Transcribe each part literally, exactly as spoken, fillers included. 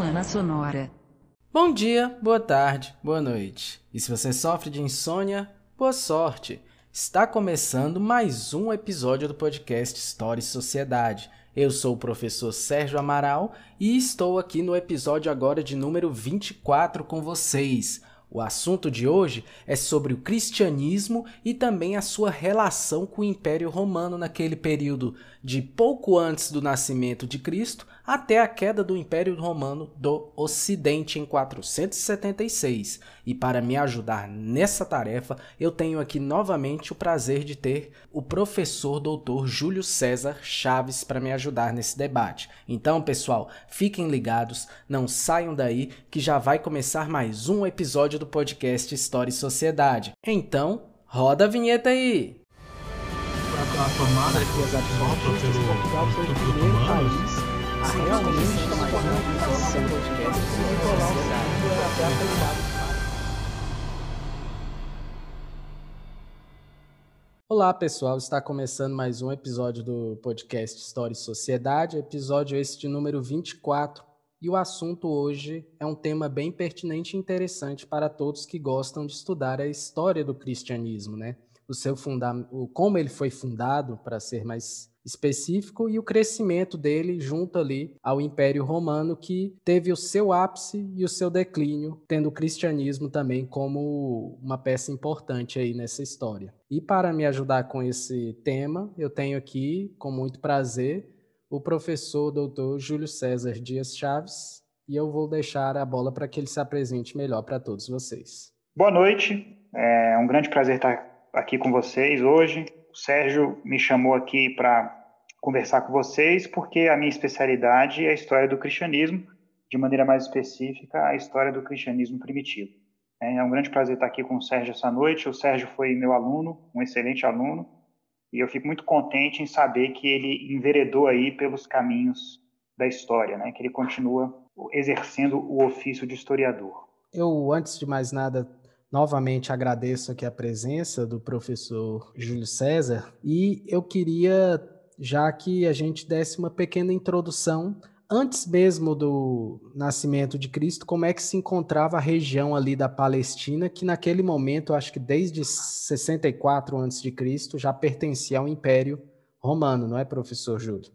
Semana Sonora. Bom dia, boa tarde, boa noite. E se você sofre de insônia, boa sorte. Está começando mais um episódio do podcast História e Sociedade. Eu sou o professor Sérgio Amaral e estou aqui no episódio agora de número vinte e quatro com vocês. O assunto de hoje é sobre o cristianismo e também a sua relação com o Império Romano naquele período de pouco antes do nascimento de Cristo até a queda do Império Romano do Ocidente em quatrocentos e setenta e seis. E para me ajudar nessa tarefa, eu tenho aqui novamente o prazer de ter o professor doutor Júlio César Chaves para me ajudar nesse debate. Então, pessoal, fiquem ligados, não saiam daí que já vai começar mais um episódio do podcast História e Sociedade. Então, roda a vinheta aí! A tomada que sopra pelo Portugal foi o primeiro país a realmente tomar uma do podcast e Nicolau segundo era até apelidado. Olá, pessoal, está começando mais um episódio do podcast História e Sociedade, episódio esse de número vinte e quatro, e o assunto hoje é um tema bem pertinente e interessante para todos que gostam de estudar a história do cristianismo, né? O seu funda... o como ele foi fundado, para ser mais específico, e o crescimento dele junto ali ao Império Romano, que teve o seu ápice e o seu declínio, tendo o cristianismo também como uma peça importante aí nessa história. E para me ajudar com esse tema, eu tenho aqui, com muito prazer, o professor doutor Júlio César Dias Chaves, e eu vou deixar a bola para que ele se apresente melhor para todos vocês. Boa noite, é um grande prazer estar aqui com vocês hoje. O Sérgio me chamou aqui para conversar com vocês porque a minha especialidade é a história do cristianismo, de maneira mais específica, a história do cristianismo primitivo. É um grande prazer estar aqui com o Sérgio essa noite. O Sérgio foi meu aluno, um excelente aluno, e eu fico muito contente em saber que ele enveredou aí pelos caminhos da história, né? Que ele continua exercendo o ofício de historiador. Eu, antes de mais nada, novamente agradeço aqui a presença do professor Júlio César e eu queria, já que a gente desse uma pequena introdução, antes mesmo do nascimento de Cristo, como é que se encontrava a região ali da Palestina, que naquele momento, acho que desde sessenta e quatro antes de Cristo, já pertencia ao Império Romano, não é, professor Júlio?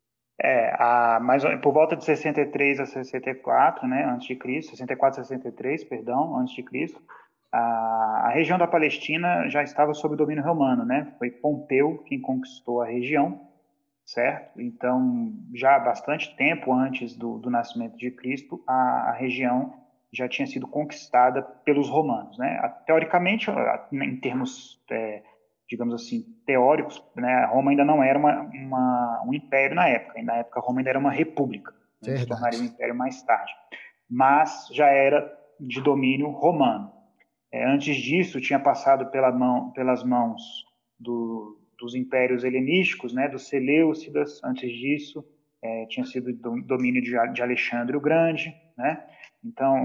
É, a, mais, por volta de sessenta e três a sessenta e quatro, né, antes de Cristo, sessenta e quatro a sessenta e três, perdão, antes de Cristo, a, a região da Palestina já estava sob domínio romano, né? Foi Pompeu quem conquistou a região, certo? Então, já há bastante tempo antes do, do nascimento de Cristo, a, a região já tinha sido conquistada pelos romanos, né? Teoricamente, em termos é, digamos assim, teóricos, né, Roma ainda não era uma, uma, um império na época. Na época, Roma ainda era uma república. Né, se tornaria um império mais tarde. Mas já era de domínio romano. É, antes disso, tinha passado pela mão, pelas mãos do, dos impérios helenísticos, né, dos Seleucidas. Antes disso, é, tinha sido do, domínio de, de Alexandre o Grande, né? Então,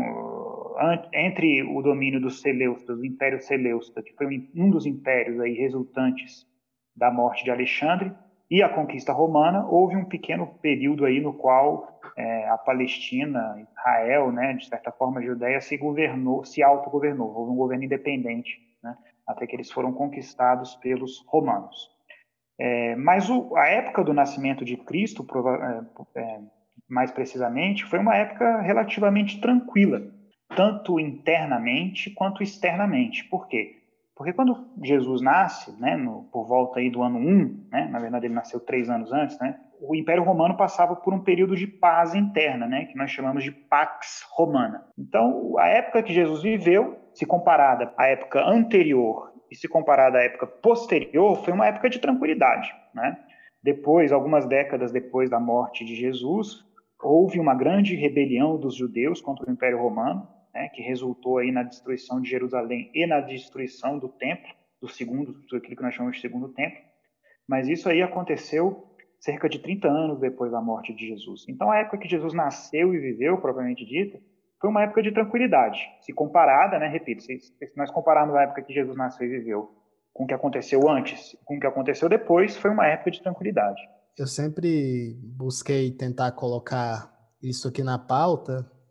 entre o domínio dos Seleucidas, do Império Seleucida, que foi um dos impérios aí resultantes da morte de Alexandre, e a conquista romana, houve um pequeno período aí no qual é, a Palestina, Israel, né, de certa forma a Judéia, se governou, se autogovernou, houve um governo independente, né, até que eles foram conquistados pelos romanos. É, mas o, a época do nascimento de Cristo, prova, é, é, mais precisamente, foi uma época relativamente tranquila, tanto internamente quanto externamente. Por quê? Porque quando Jesus nasce, né, no, por volta aí do ano um, né, na verdade ele nasceu três anos antes, né, o Império Romano passava por um período de paz interna, né, que nós chamamos de Pax Romana. Então, a época que Jesus viveu, se comparada à época anterior e se comparada à época posterior, foi uma época de tranquilidade, né? Depois, algumas décadas depois da morte de Jesus, houve uma grande rebelião dos judeus contra o Império Romano, né, que resultou aí na destruição de Jerusalém e na destruição do templo, do segundo, aquilo que nós chamamos de segundo templo. Mas isso aí aconteceu cerca de trinta anos depois da morte de Jesus. Então, a época que Jesus nasceu e viveu, propriamente dita, foi uma época de tranquilidade. Se comparada, né, repito, se, se nós compararmos a época que Jesus nasceu e viveu com o que aconteceu antes, com o que aconteceu depois, foi uma época de tranquilidade. Eu sempre busquei tentar colocar isso aqui na pauta,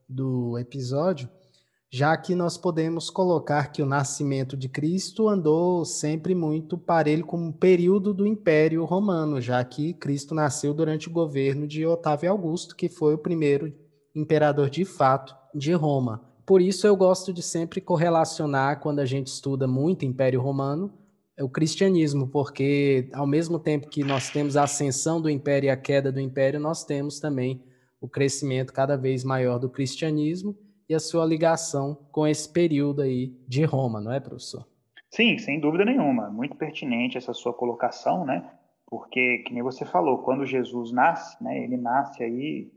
do episódio, já que nós podemos colocar que o nascimento de Cristo andou sempre muito parelho com o período do Império Romano, já que Cristo nasceu durante o governo de Otávio Augusto, que foi o primeiro imperador de fato de Roma. Por isso eu gosto de sempre correlacionar, quando a gente estuda muito Império Romano, o cristianismo, porque ao mesmo tempo que nós temos a ascensão do Império e a queda do Império, nós temos também o crescimento cada vez maior do cristianismo e a sua ligação com esse período aí de Roma, não é, professor? Sim, sem dúvida nenhuma. Muito pertinente essa sua colocação, né? Porque, que nem você falou, quando Jesus nasce, né, ele nasce aí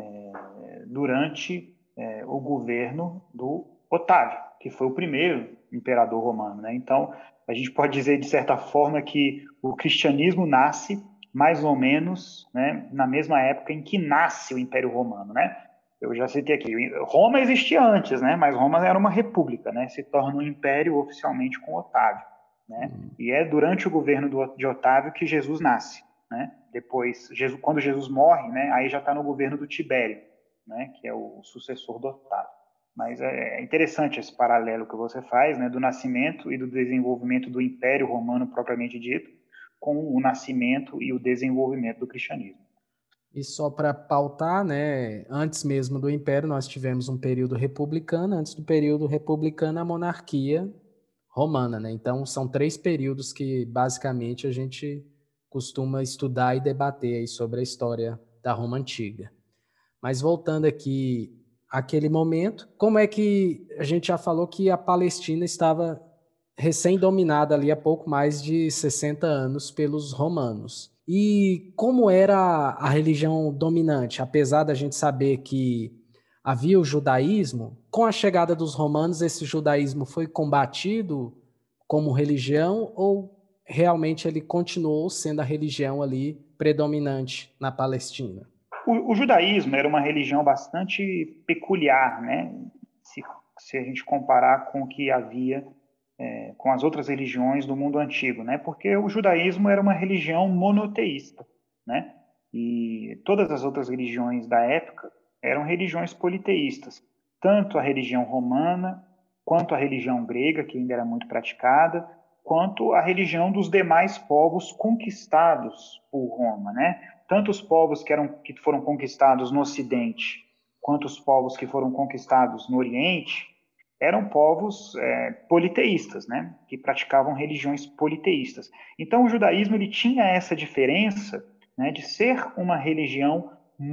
é, durante é, o governo do Otávio, que foi o primeiro imperador romano, né? Então, a gente pode dizer, de certa forma, que o cristianismo nasce mais ou menos, né, na mesma época em que nasce o Império Romano, né? Eu já citei aqui, Roma existia antes, né? Mas Roma era uma república, né? Se torna um império oficialmente com Otávio, né? Hum. E é durante o governo do, de Otávio que Jesus nasce, né? Depois, Jesus, quando Jesus morre, né? Aí já está no governo do Tibério, né? Que é o sucessor do Otávio. Mas é interessante esse paralelo que você faz, né? Do nascimento e do desenvolvimento do Império Romano propriamente dito, com o nascimento e o desenvolvimento do cristianismo. E só para pautar, né, antes mesmo do Império, nós tivemos um período republicano, antes do período republicano, a monarquia romana, né? Então, são três períodos que, basicamente, a gente costuma estudar e debater aí sobre a história da Roma Antiga. Mas voltando aqui àquele momento, como é que a gente já falou que a Palestina estava recém-dominada ali há pouco mais de sessenta anos pelos romanos. E como era a religião dominante? Apesar da gente saber que havia o judaísmo, com a chegada dos romanos, esse judaísmo foi combatido como religião ou realmente ele continuou sendo a religião ali predominante na Palestina? O, o judaísmo era uma religião bastante peculiar, né? Se, se a gente comparar com o que havia é, com as outras religiões do mundo antigo, né? Porque o judaísmo era uma religião monoteísta, né? E todas as outras religiões da época eram religiões politeístas, tanto a religião romana, quanto a religião grega, que ainda era muito praticada, quanto a religião dos demais povos conquistados por Roma, né? Tanto os povos que, eram, que foram conquistados no Ocidente, quanto os povos que foram conquistados no Oriente, eram povos é, politeístas, né? Que praticavam religiões politeístas. Então, o judaísmo ele tinha essa diferença, né, de ser uma religião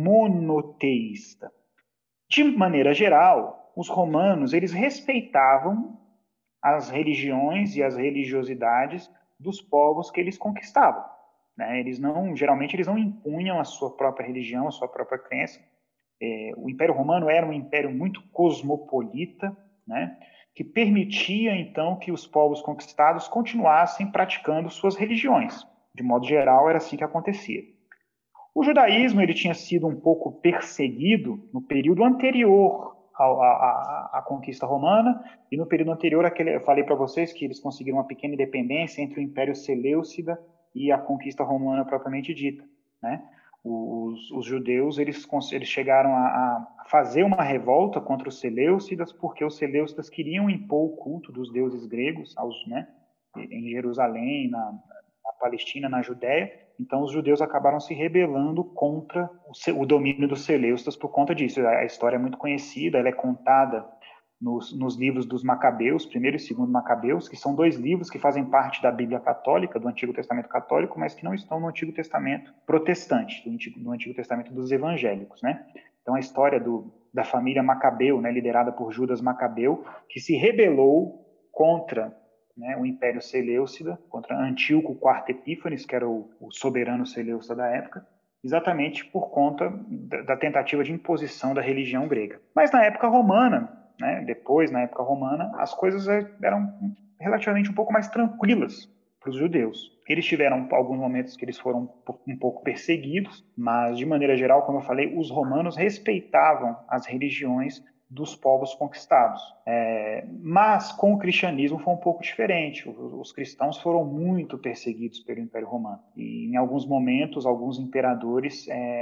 monoteísta. De maneira geral, os romanos eles respeitavam as religiões e as religiosidades dos povos que eles conquistavam. Né? Eles não, geralmente eles não impunham a sua própria religião, a sua própria crença. É, o Império Romano era um império muito cosmopolita, né? Que permitia então que os povos conquistados continuassem praticando suas religiões. De modo geral, era assim que acontecia. O judaísmo ele tinha sido um pouco perseguido no período anterior à, à, à conquista romana e no período anterior àquele, eu falei para vocês que eles conseguiram uma pequena independência entre o Império Seleucida e a conquista romana propriamente dita, né? Os, os judeus eles, eles chegaram a, a fazer uma revolta contra os Seleucidas porque os Seleucidas queriam impor o culto dos deuses gregos aos, né, em Jerusalém, na, na Palestina, na Judéia. Então, os judeus acabaram se rebelando contra o, o domínio dos Seleucidas por conta disso. A história é muito conhecida, ela é contada nos, nos livros dos Macabeus, primeiro e segundo Macabeus, que são dois livros que fazem parte da Bíblia Católica, do Antigo Testamento Católico, mas que não estão no Antigo Testamento Protestante, do Antigo, do Antigo Testamento dos Evangélicos, né? Então, a história do, da família Macabeu, né, liderada por Judas Macabeu, que se rebelou contra, né, o Império Seleucida, contra Antíoco quarto Epífanes, que era o, o soberano seleucida da época, exatamente por conta da, da tentativa de imposição da religião grega. Mas na época romana, né, depois, na época romana, as coisas eram relativamente um pouco mais tranquilas para os judeus. Eles tiveram alguns momentos que eles foram um pouco perseguidos, mas, de maneira geral, como eu falei, os romanos respeitavam as religiões dos povos conquistados. É, mas com o cristianismo foi um pouco diferente. Os, os cristãos foram muito perseguidos pelo Império Romano. E em alguns momentos, alguns imperadores é,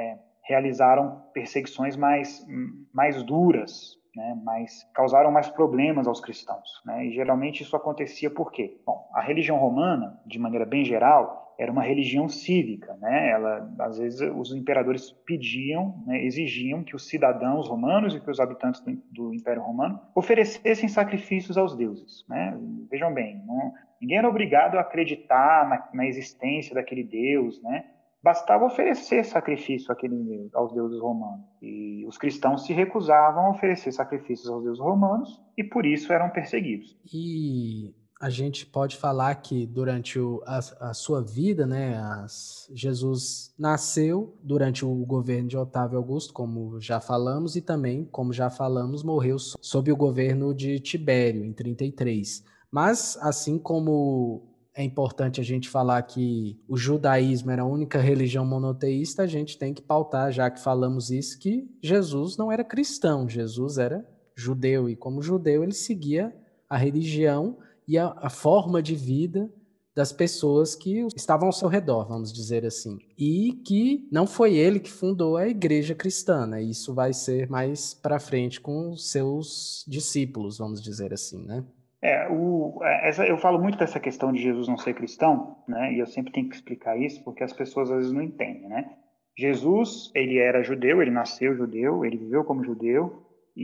realizaram perseguições mais, mais duras, né, mais, causaram mais problemas aos cristãos, né, e geralmente isso acontecia por quê? Bom, a religião romana, de maneira bem geral, era uma religião cívica, né, ela, às vezes os imperadores pediam, né, exigiam que os cidadãos romanos e que os habitantes do, do Império Romano oferecessem sacrifícios aos deuses, né, vejam bem, não, ninguém era obrigado a acreditar na, na existência daquele deus, né, bastava oferecer sacrifício àquele, aos deuses romanos. E os cristãos se recusavam a oferecer sacrifícios aos deuses romanos e por isso eram perseguidos. E a gente pode falar que durante o, a, a sua vida, né, as, Jesus nasceu durante o governo de Otávio Augusto, como já falamos, e também, como já falamos, morreu sob o governo de Tibério, em trinta e três. Mas, assim como é importante a gente falar que o judaísmo era a única religião monoteísta, a gente tem que pautar, já que falamos isso, que Jesus não era cristão, Jesus era judeu, e como judeu ele seguia a religião e a, a forma de vida das pessoas que estavam ao seu redor, vamos dizer assim. E que não foi ele que fundou a igreja cristã, né? Isso vai ser mais para frente com os seus discípulos, vamos dizer assim, né? É, o, essa, eu falo muito dessa questão de Jesus não ser cristão, né? E eu sempre tenho que explicar isso porque as pessoas às vezes não entendem, né? Jesus, ele era judeu, ele nasceu judeu, ele viveu como judeu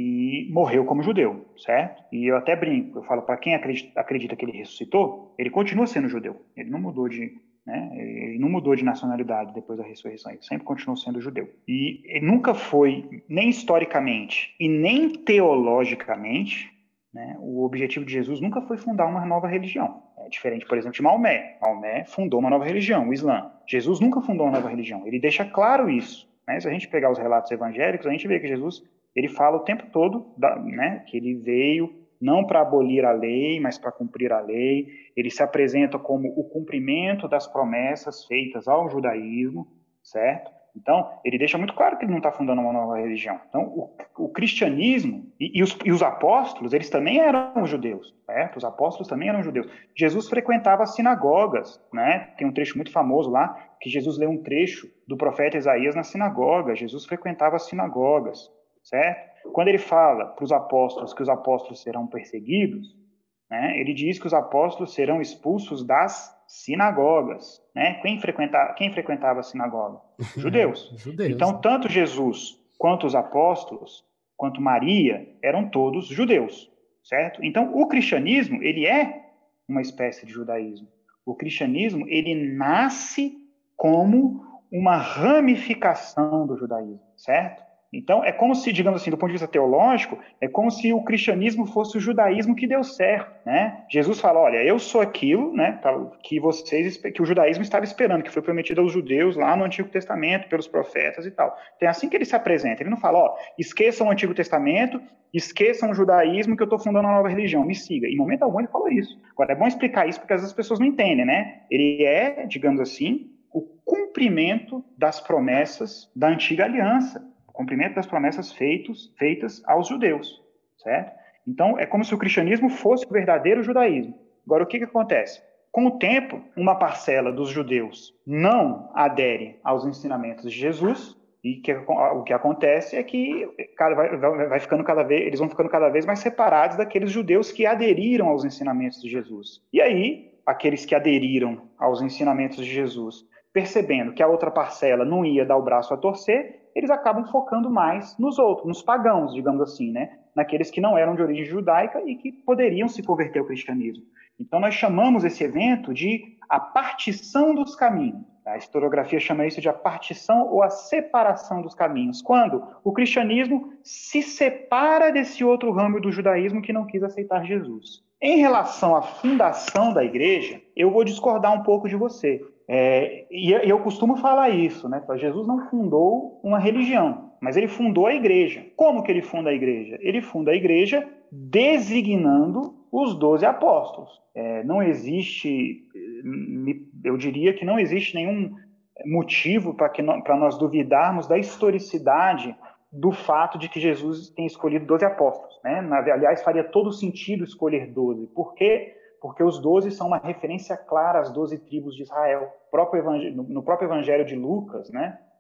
e morreu como judeu, certo? E eu até brinco, eu falo para quem acredita, acredita que ele ressuscitou, ele continua sendo judeu, ele não mudou de, né? Ele não mudou de nacionalidade depois da ressurreição, ele sempre continuou sendo judeu. E ele nunca foi, nem historicamente e nem teologicamente, né, o objetivo de Jesus nunca foi fundar uma nova religião. É diferente, por exemplo, de Maomé. Maomé fundou uma nova religião, o Islã. Jesus nunca fundou uma nova religião. Ele deixa claro isso, né? Se a gente pegar os relatos evangélicos, a gente vê que Jesus ele fala o tempo todo, da, né, que ele veio não para abolir a lei, mas para cumprir a lei. Ele se apresenta como o cumprimento das promessas feitas ao judaísmo, certo? Então, ele deixa muito claro que ele não está fundando uma nova religião. Então, o, o cristianismo e, e, os, e os apóstolos, eles também eram judeus, certo? Os apóstolos também eram judeus. Jesus frequentava as sinagogas, né? Tem um trecho muito famoso lá, que Jesus lê um trecho do profeta Isaías na sinagoga. Jesus frequentava as sinagogas, certo? Quando ele fala para os apóstolos que os apóstolos serão perseguidos, né, ele diz que os apóstolos serão expulsos das sinagogas, né? Quem frequentava, quem frequentava a sinagoga? Os judeus. Judeus. Então, tanto Jesus quanto os apóstolos, quanto Maria, eram todos judeus, certo? Então, o cristianismo, ele é uma espécie de judaísmo. O cristianismo, ele nasce como uma ramificação do judaísmo, certo? Então, é como se, digamos assim, do ponto de vista teológico, é como se o cristianismo fosse o judaísmo que deu certo, né? Jesus fala, olha, eu sou aquilo, né, que vocês, que o judaísmo estava esperando, que foi prometido aos judeus lá no Antigo Testamento, pelos profetas e tal. Então, é assim que ele se apresenta. Ele não fala, ó, esqueçam o Antigo Testamento, esqueçam o judaísmo que eu estou fundando uma nova religião, me siga. Em momento algum ele falou isso. Agora, é bom explicar isso porque às vezes as pessoas não entendem, né? Ele é, digamos assim, o cumprimento das promessas da antiga aliança. Cumprimento das promessas feitos, feitas aos judeus, certo? Então, é como se o cristianismo fosse o verdadeiro judaísmo. Agora, o que, que acontece? Com o tempo, uma parcela dos judeus não adere aos ensinamentos de Jesus, e que, o que acontece é que vai, vai ficando cada vez, eles vão ficando cada vez mais separados daqueles judeus que aderiram aos ensinamentos de Jesus. E aí, aqueles que aderiram aos ensinamentos de Jesus, percebendo que a outra parcela não ia dar o braço a torcer, eles acabam focando mais nos outros, nos pagãos, digamos assim, né? Naqueles que não eram de origem judaica e que poderiam se converter ao cristianismo. Então, nós chamamos esse evento de a partição dos caminhos. A historiografia chama isso de a partição ou a separação dos caminhos, quando o cristianismo se separa desse outro ramo do judaísmo que não quis aceitar Jesus. Em relação à fundação da igreja, eu vou discordar um pouco de você. É, e eu costumo falar isso, né? Jesus não fundou uma religião, mas ele fundou a igreja. Como que ele funda a igreja? Ele funda a igreja designando os doze apóstolos. É, não existe, eu diria que não existe nenhum motivo para nós duvidarmos da historicidade do fato de que Jesus tem escolhido doze apóstolos, né? Aliás, faria todo sentido escolher doze. Por quê? Porque os doze são uma referência clara às doze tribos de Israel. No próprio evangelho, no próprio evangelho de Lucas, né,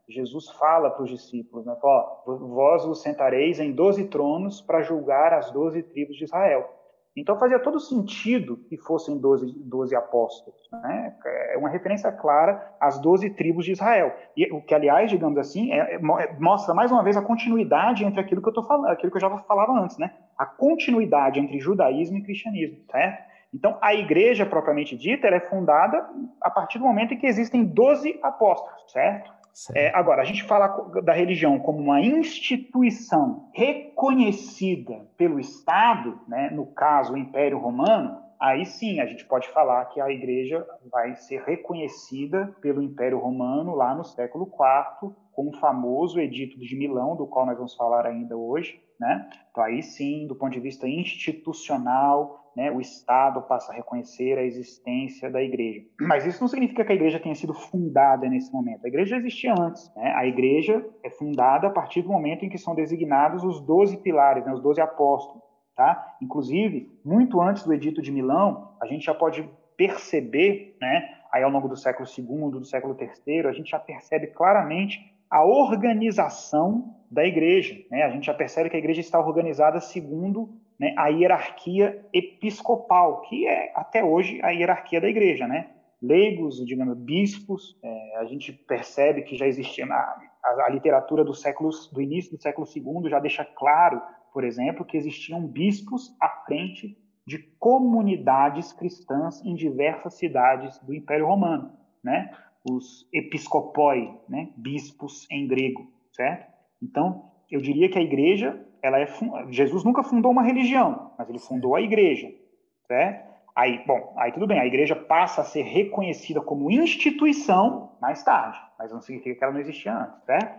Jesus fala para os discípulos, né? Fala, ó, vós vos sentareis em doze tronos para julgar as doze tribos de Israel. Então fazia todo sentido que fossem doze, doze apóstolos, né? É uma referência clara às doze tribos de Israel. E o que, aliás, digamos assim, é, é, mostra mais uma vez a continuidade entre aquilo que eu tô falando, aquilo que eu já falava antes, né? A continuidade entre judaísmo e cristianismo, certo? Então a igreja propriamente dita, ela é fundada a partir do momento em que existem doze apóstolos, certo? É, agora, a gente fala da religião como uma instituição reconhecida pelo Estado, né, no caso o Império Romano, aí sim a gente pode falar que a igreja vai ser reconhecida pelo Império Romano lá no século quarto, com o famoso Edito de Milão, do qual nós vamos falar ainda hoje, né? Então aí sim, do ponto de vista institucional, né, o Estado passa a reconhecer a existência da igreja. Mas isso não significa que a igreja tenha sido fundada nesse momento. A igreja existia antes, né? A igreja é fundada a partir do momento em que são designados os doze pilares, né, os doze apóstolos. Tá? Inclusive, muito antes do Edito de Milão, a gente já pode perceber, né, aí ao longo do século segundo, do século terceiro, a gente já percebe claramente a organização da igreja. Né? A gente já percebe que a igreja está organizada segundo, né, a hierarquia episcopal, que é até hoje a hierarquia da igreja. Né? Leigos, digamos, bispos, é, a gente percebe que já existia a, a, a literatura do, século, do início do século segundo já deixa claro, por exemplo, que existiam bispos à frente de comunidades cristãs em diversas cidades do Império Romano, né? Os episcopoi, né? Bispos em grego, certo? Então, eu diria que a igreja, ela é Jesus nunca fundou uma religião, mas ele fundou a igreja, certo? Aí, bom, aí tudo bem, a igreja passa a ser reconhecida como instituição mais tarde, mas não significa que ela não existia antes, certo?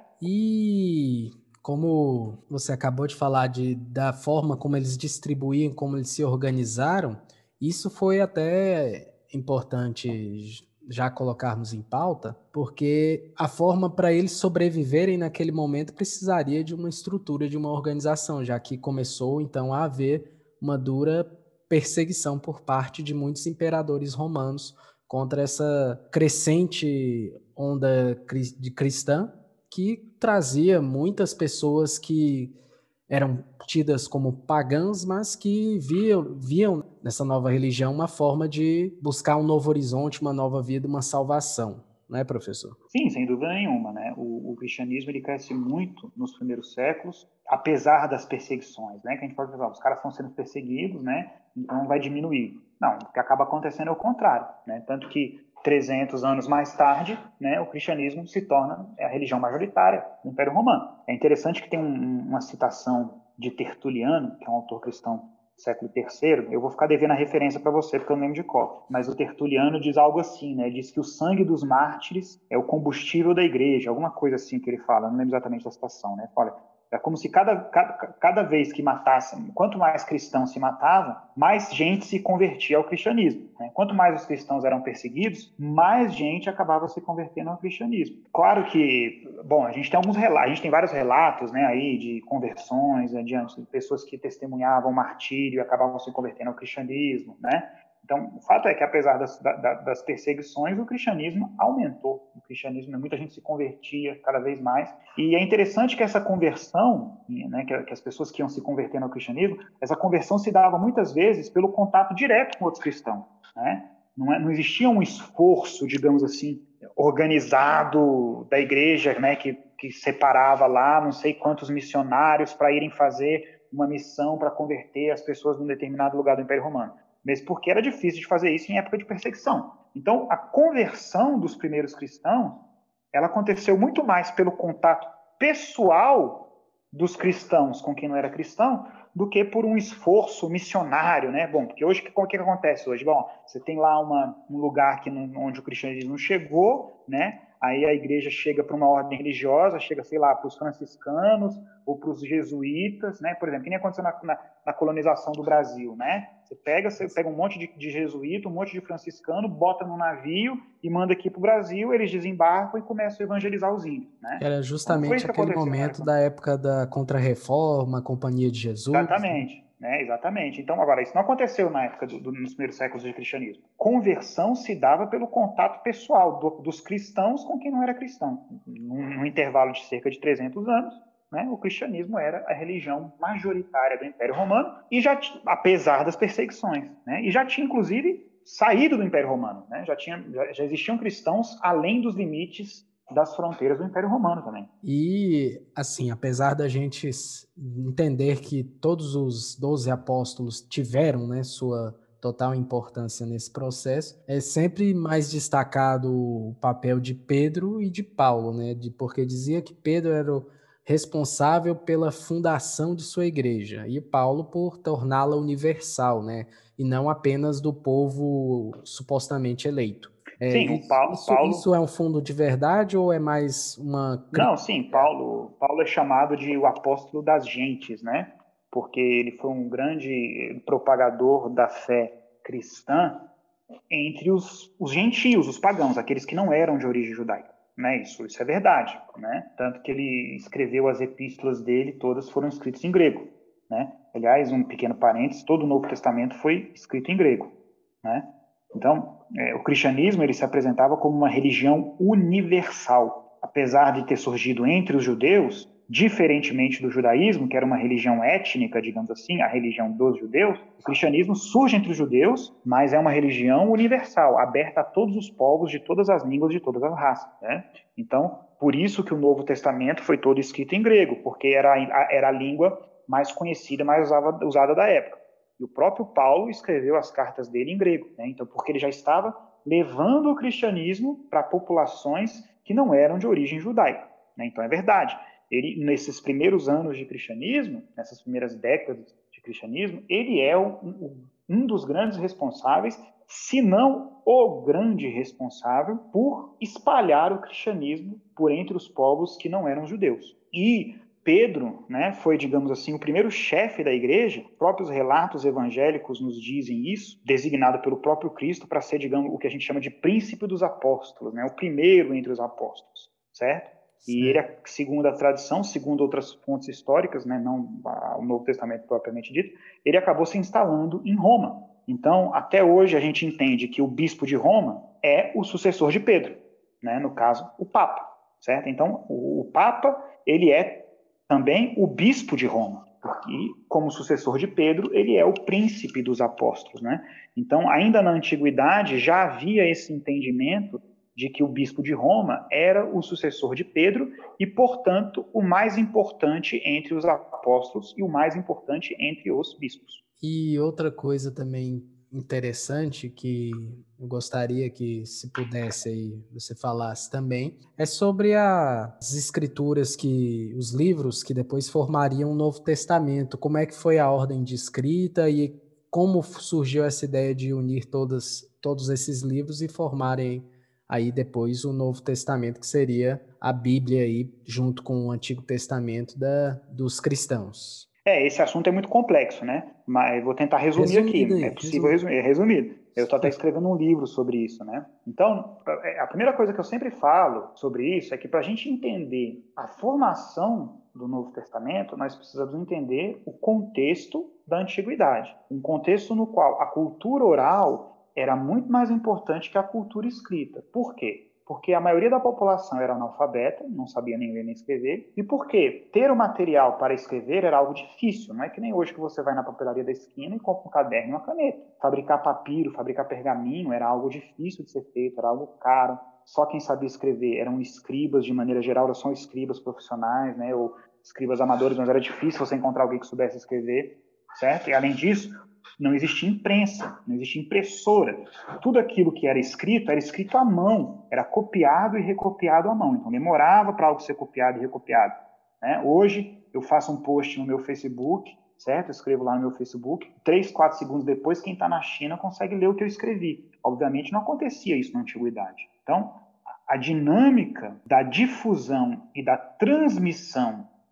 E como você acabou de falar de, da forma como eles distribuíam, como eles se organizaram, isso foi até importante já colocarmos em pauta, porque a forma para eles sobreviverem naquele momento precisaria de uma estrutura, de uma organização, já que começou então a haver uma dura perseguição por parte de muitos imperadores romanos contra essa crescente onda de cristã que trazia muitas pessoas que eram tidas como pagãs, mas que viam, viam nessa nova religião uma forma de buscar um novo horizonte, uma nova vida, uma salvação, não é, professor? Sim, sem dúvida nenhuma, né? O, o cristianismo ele cresce muito nos primeiros séculos, apesar das perseguições, né? Que a gente pode pensar, os caras estão sendo perseguidos, né? Então vai diminuir. Não, o que acaba acontecendo é o contrário, né? Tanto que trezentos anos mais tarde, né, o cristianismo se torna a religião majoritária do Império Romano. É interessante que tem um, uma citação de Tertuliano, que é um autor cristão do século terceiro, eu vou ficar devendo a referência para você, porque eu não lembro de qual, mas o Tertuliano diz algo assim, né, diz que o sangue dos mártires é o combustível da igreja, alguma coisa assim que ele fala, não lembro exatamente da citação, né, olha, é como se cada, cada, cada vez que matassem, quanto mais cristãos se matavam, mais gente se convertia ao cristianismo. Né? Quanto mais os cristãos eram perseguidos, mais gente acabava se convertendo ao cristianismo. Claro que, bom, a gente tem alguns relatos, a gente tem vários relatos, né, aí de conversões, adiante, de pessoas que testemunhavam martírio e acabavam se convertendo ao cristianismo, né? Então, o fato é que, apesar das, das perseguições, o cristianismo aumentou. O cristianismo, muita gente se convertia cada vez mais. E é interessante que essa conversão, né, que, que as pessoas que iam se convertendo ao cristianismo, essa conversão se dava muitas vezes pelo contato direto com outros cristãos. Né? Não, é, não existia um esforço, digamos assim, organizado da igreja, né, que, que separava lá não sei quantos missionários para irem fazer uma missão para converter as pessoas num determinado lugar do Império Romano. Mesmo porque era difícil de fazer isso em época de perseguição. Então, a conversão dos primeiros cristãos, ela aconteceu muito mais pelo contato pessoal dos cristãos com quem não era cristão, do que por um esforço missionário, né? Bom, porque hoje, o que acontece hoje? Bom, você tem lá uma, um lugar que não, onde o cristianismo chegou, né? Aí a igreja chega para uma ordem religiosa, chega, sei lá, para os franciscanos, ou para os jesuítas, né? Por exemplo, que nem aconteceu na, na, na colonização do Brasil, né? Você pega, você pega um monte de, de jesuíta, um monte de franciscano, bota no navio e manda aqui para o Brasil, eles desembarcam e começam a evangelizar os índios, né? Era Então, não foi justamente isso que aquele aconteceu na momento época. da época da Contra-Reforma, Companhia de Jesus. Exatamente, né? Exatamente. Então, agora, isso não aconteceu na época, do, do, nos primeiros séculos do cristianismo. Conversão se dava pelo contato pessoal do, dos cristãos com quem não era cristão. Num, num intervalo de cerca de trezentos anos, né, o cristianismo era a religião majoritária do Império Romano, e já, apesar das perseguições, né, e já tinha, inclusive, saído do Império Romano. Né, já, tinha, já, já existiam cristãos além dos limites das fronteiras do Império Romano também. E, assim, apesar da gente entender que todos os doze apóstolos tiveram, né, sua total importância nesse processo, é sempre mais destacado o papel de Pedro e de Paulo, né, de, porque dizia que Pedro era o responsável pela fundação de sua igreja e Paulo por torná-la universal, né, e não apenas do povo supostamente eleito. É, Sim, o Paulo, isso, Paulo... isso é um fundo de verdade ou é mais uma Não, crítica? sim, Paulo, Paulo é chamado de o apóstolo das gentes, né? Porque ele foi um grande propagador da fé cristã entre os, os gentios, os pagãos, aqueles que não eram de origem judaica. Né? Isso, isso é verdade. Né? Tanto que ele escreveu as epístolas dele, todas foram escritas em grego. Né? Aliás, um pequeno parênteses, todo o Novo Testamento foi escrito em grego. Né? Então, é, o cristianismo ele se apresentava como uma religião universal. Apesar de ter surgido entre os judeus, diferentemente do judaísmo, que era uma religião étnica, digamos assim, a religião dos judeus, o cristianismo surge entre os judeus, mas é uma religião universal, aberta a todos os povos, de todas as línguas, de todas as raças. Né? Então, por isso que o Novo Testamento foi todo escrito em grego, porque era a, era a língua mais conhecida, mais usava, usada da época. E o próprio Paulo escreveu as cartas dele em grego, né? Então, porque ele já estava levando o cristianismo para populações que não eram de origem judaica. Né? Então, é verdade. Ele, nesses primeiros anos de cristianismo, nessas primeiras décadas de cristianismo, ele é um, um dos grandes responsáveis, se não o grande responsável, por espalhar o cristianismo por entre os povos que não eram judeus. E Pedro, né, foi, digamos assim, o primeiro chefe da igreja. Próprios relatos evangélicos nos dizem isso, designado pelo próprio Cristo para ser, digamos, o que a gente chama de príncipe dos apóstolos, né, o primeiro entre os apóstolos, certo? E ele, segundo a tradição, segundo outras fontes históricas, né, não o Novo Testamento propriamente dito, ele acabou se instalando em Roma. Então, até hoje a gente entende que o bispo de Roma é o sucessor de Pedro, né, no caso, o Papa, certo? Então, o, o Papa, ele é também o bispo de Roma, e como sucessor de Pedro, ele é o príncipe dos apóstolos, né? Então, ainda na antiguidade, já havia esse entendimento de que o bispo de Roma era o sucessor de Pedro e, portanto, o mais importante entre os apóstolos e o mais importante entre os bispos. E outra coisa também interessante que eu gostaria que, se pudesse aí, você falasse também, é sobre as escrituras, que os livros que depois formariam o Novo Testamento. Como é que foi a ordem de escrita e como surgiu essa ideia de unir todas, todos esses livros e formarem aí depois o Novo Testamento, que seria a Bíblia aí, junto com o Antigo Testamento da, dos cristãos. É, esse assunto é muito complexo, né? Mas vou tentar resumir Resumido aqui. aí, É possível resumido. resumir, é resumido. Eu estou até escrevendo um livro sobre isso, né? Então, a primeira coisa que eu sempre falo sobre isso é que para a gente entender a formação do Novo Testamento, nós precisamos entender o contexto da antiguidade. Um contexto no qual a cultura oral era muito mais importante que a cultura escrita. Por quê? Porque a maioria da população era analfabeta, não sabia nem ler nem escrever, e porque ter o material para escrever era algo difícil. Não é que nem hoje que você vai na papelaria da esquina e compra um caderno e uma caneta. Fabricar papiro, fabricar pergaminho era algo difícil de ser feito, era algo caro. Só quem sabia escrever eram escribas, de maneira geral, são escribas profissionais, né, ou escribas amadores, mas era difícil você encontrar alguém que soubesse escrever, certo? E além disso, não existia imprensa, não existia impressora. Tudo aquilo que era escrito, era escrito à mão, era copiado e recopiado à mão. Então, demorava para algo ser copiado e recopiado. Né? Hoje, eu faço um post no meu Facebook, certo? Eu escrevo lá no meu Facebook, três, quatro segundos depois, quem está na China consegue ler o que eu escrevi. Obviamente, não acontecia isso na antiguidade. Então, a dinâmica da difusão e da transmissão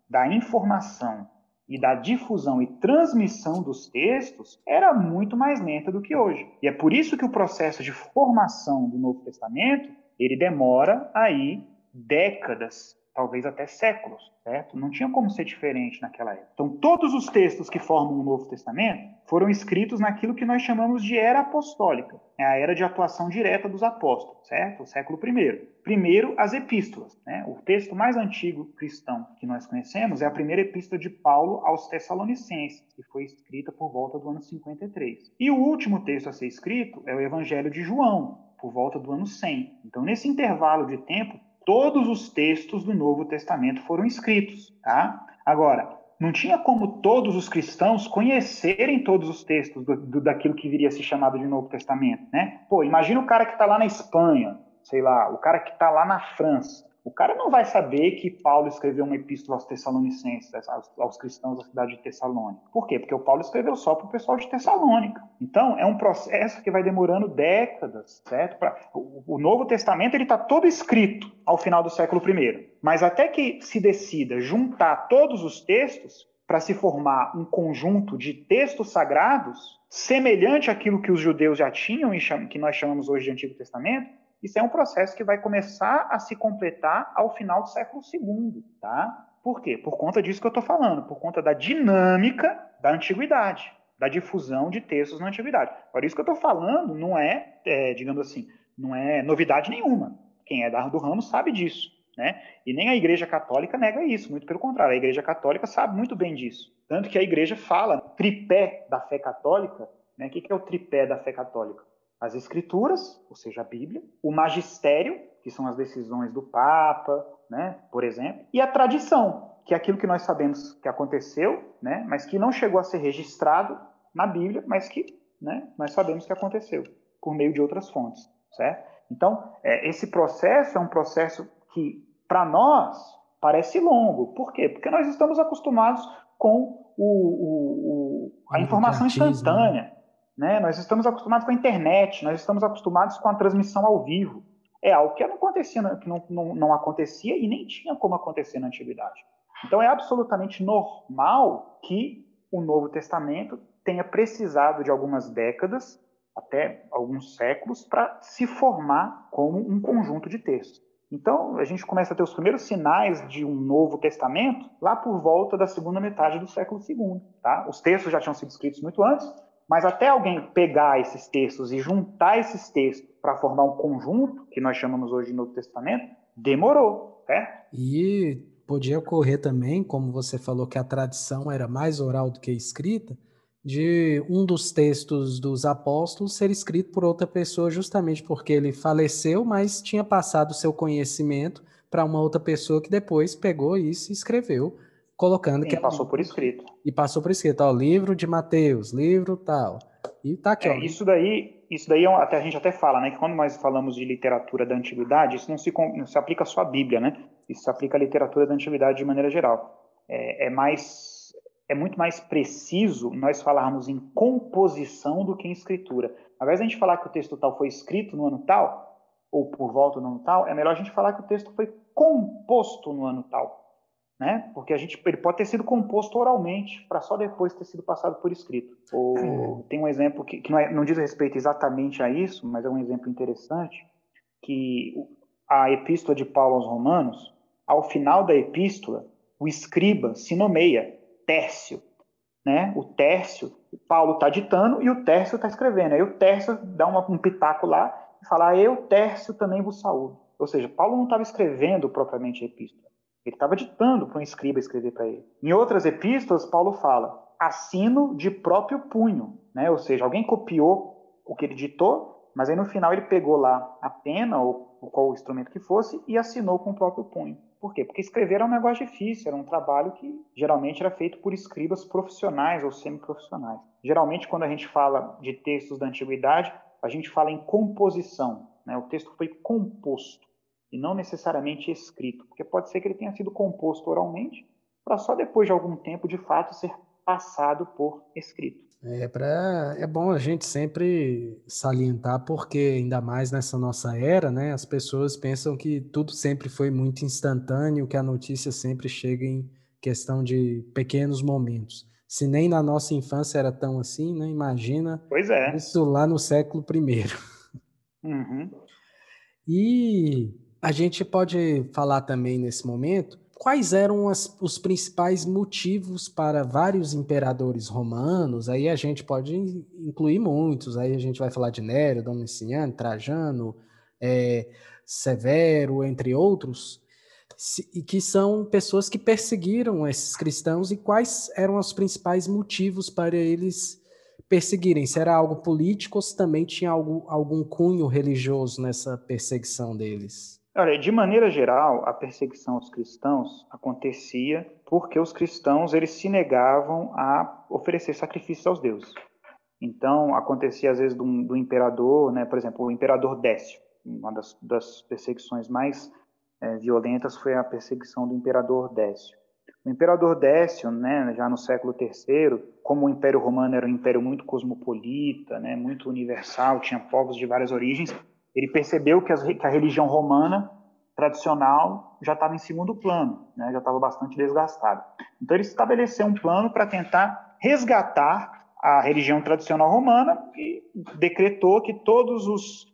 da informação e da difusão e transmissão dos textos era muito mais lenta do que hoje. E é por isso que o processo de formação do Novo Testamento, ele demora aí décadas, talvez até séculos, certo? Não tinha como ser diferente naquela época. Então, todos os textos que formam o Novo Testamento foram escritos naquilo que nós chamamos de era apostólica, é a era de atuação direta dos apóstolos, certo? O século primeiro. Primeiro, as epístolas, né? O texto mais antigo cristão que nós conhecemos é a primeira epístola de Paulo aos Tessalonicenses, que foi escrita por volta do ano cinquenta e três. E o último texto a ser escrito é o Evangelho de João, por volta do ano cem. Então, nesse intervalo de tempo, todos os textos do Novo Testamento foram escritos, tá? Agora, não tinha como todos os cristãos conhecerem todos os textos do, do, daquilo que viria a ser chamado de Novo Testamento, né? Pô, imagina o cara que está lá na Espanha, sei lá, o cara que está lá na França. O cara não vai saber que Paulo escreveu uma epístola aos Tessalonicenses, aos, aos cristãos da cidade de Tessalônica. Por quê? Porque o Paulo escreveu só para o pessoal de Tessalônica. Então, é um processo que vai demorando décadas, certo? Pra, o, o Novo Testamento está todo escrito ao final do século primeiro. Mas até que se decida juntar todos os textos para se formar um conjunto de textos sagrados semelhante àquilo que os judeus já tinham e cham- que nós chamamos hoje de Antigo Testamento, isso é um processo que vai começar a se completar ao final do século segundo, tá? Por quê? Por conta disso que eu estou falando, por conta da dinâmica da antiguidade, da difusão de textos na antiguidade. Por isso que eu estou falando não é, é, digamos assim, não é novidade nenhuma. Quem é do ramo sabe disso, né? E nem a Igreja Católica nega isso, muito pelo contrário, a Igreja Católica sabe muito bem disso. Tanto que a Igreja fala, tripé da fé católica, né? O que é o tripé da fé católica? As Escrituras, ou seja, a Bíblia, o magistério, que são as decisões do Papa, né, por exemplo, e a tradição, que é aquilo que nós sabemos que aconteceu, né, mas que não chegou a ser registrado na Bíblia, mas que, né, nós sabemos que aconteceu, por meio de outras fontes, certo? Então, é, esse processo é um processo que, para nós, parece longo. Por quê? Porque nós estamos acostumados com o, o, o, a informação instantânea. Né? Nós estamos acostumados com a internet, nós estamos acostumados com a transmissão ao vivo. É algo que não acontecia, que não, não, não acontecia e nem tinha como acontecer na antiguidade. Então é absolutamente normal que o Novo Testamento tenha precisado de algumas décadas, até alguns séculos, para se formar como um conjunto de textos. Então a gente começa a ter os primeiros sinais de um Novo Testamento lá por volta da segunda metade do século segundo. Tá? Os textos já tinham sido escritos muito antes, mas até alguém pegar esses textos e juntar esses textos para formar um conjunto, que nós chamamos hoje de Novo Testamento, demorou, certo? E podia ocorrer também, como você falou que a tradição era mais oral do que escrita, de um dos textos dos apóstolos ser escrito por outra pessoa justamente porque ele faleceu, mas tinha passado o seu conhecimento para uma outra pessoa que depois pegou isso e escreveu, colocando Sim, que... passou por escrito. E passou por escrito, ó, livro de Mateus, livro tal. E tá aqui, é, ó. Isso daí, isso daí é até, a gente até fala, né, que quando nós falamos de literatura da antiguidade, isso não se, não se aplica só à Bíblia, né? Isso se aplica à literatura da antiguidade de maneira geral. É, é, mais, é muito mais preciso nós falarmos em composição do que em escritura. Ao invés de a gente falar que o texto tal foi escrito no ano tal, ou por volta do ano tal, é melhor a gente falar que o texto foi composto no ano tal. Né? Porque a gente, ele pode ter sido composto oralmente para só depois ter sido passado por escrito. Ou, é. Tem um exemplo que, que não, é, não diz respeito exatamente a isso, mas é um exemplo interessante, que a epístola de Paulo aos Romanos, ao final da epístola, o escriba se nomeia Tércio. Né? O Tércio, Paulo está ditando e o Tércio está escrevendo. Aí o Tércio dá uma, um pitaco lá e fala, ah, eu, Tércio, também vos saúdo. Ou seja, Paulo não estava escrevendo propriamente a epístola. Ele estava ditando para um escriba escrever para ele. Em outras epístolas, Paulo fala, assino de próprio punho. Né? Ou seja, alguém copiou o que ele ditou, mas aí no final ele pegou lá a pena, ou, ou qual o instrumento que fosse, e assinou com o próprio punho. Por quê? Porque escrever era um negócio difícil, era um trabalho que geralmente era feito por escribas profissionais ou semiprofissionais. Geralmente, quando a gente fala de textos da antiguidade, a gente fala em composição. Né? O texto foi composto e não necessariamente escrito, porque pode ser que ele tenha sido composto oralmente para só depois de algum tempo, de fato, ser passado por escrito. É, pra, é bom a gente sempre salientar, porque ainda mais nessa nossa era, né, as pessoas pensam que tudo sempre foi muito instantâneo, que a notícia sempre chega em questão de pequenos momentos. Se nem na nossa infância era tão assim, né? Imagina Pois é. isso lá no século primeiro. Uhum. E a gente pode falar também nesse momento quais eram as, os principais motivos para vários imperadores romanos. Aí a gente pode incluir muitos. Aí a gente vai falar de Nero, Domiciano, Trajano, é, Severo, entre outros, se, e que são pessoas que perseguiram esses cristãos. E quais eram os principais motivos para eles perseguirem? Se era algo político ou se também tinha algo, algum cunho religioso nessa perseguição deles? Olha, de maneira geral, a perseguição aos cristãos acontecia porque os cristãos eles se negavam a oferecer sacrifícios aos deuses. Então, acontecia às vezes do, do imperador, né? Por exemplo, o imperador Décio. Uma das, das perseguições mais é, violentas foi a perseguição do imperador Décio. O imperador Décio, né, já no século terceiro, como o Império Romano era um império muito cosmopolita, né, muito universal, tinha povos de várias origens, ele percebeu que, as, que a religião romana tradicional já estava em segundo plano, né, já estava bastante desgastada. Então ele estabeleceu um plano para tentar resgatar a religião tradicional romana e decretou que todos os,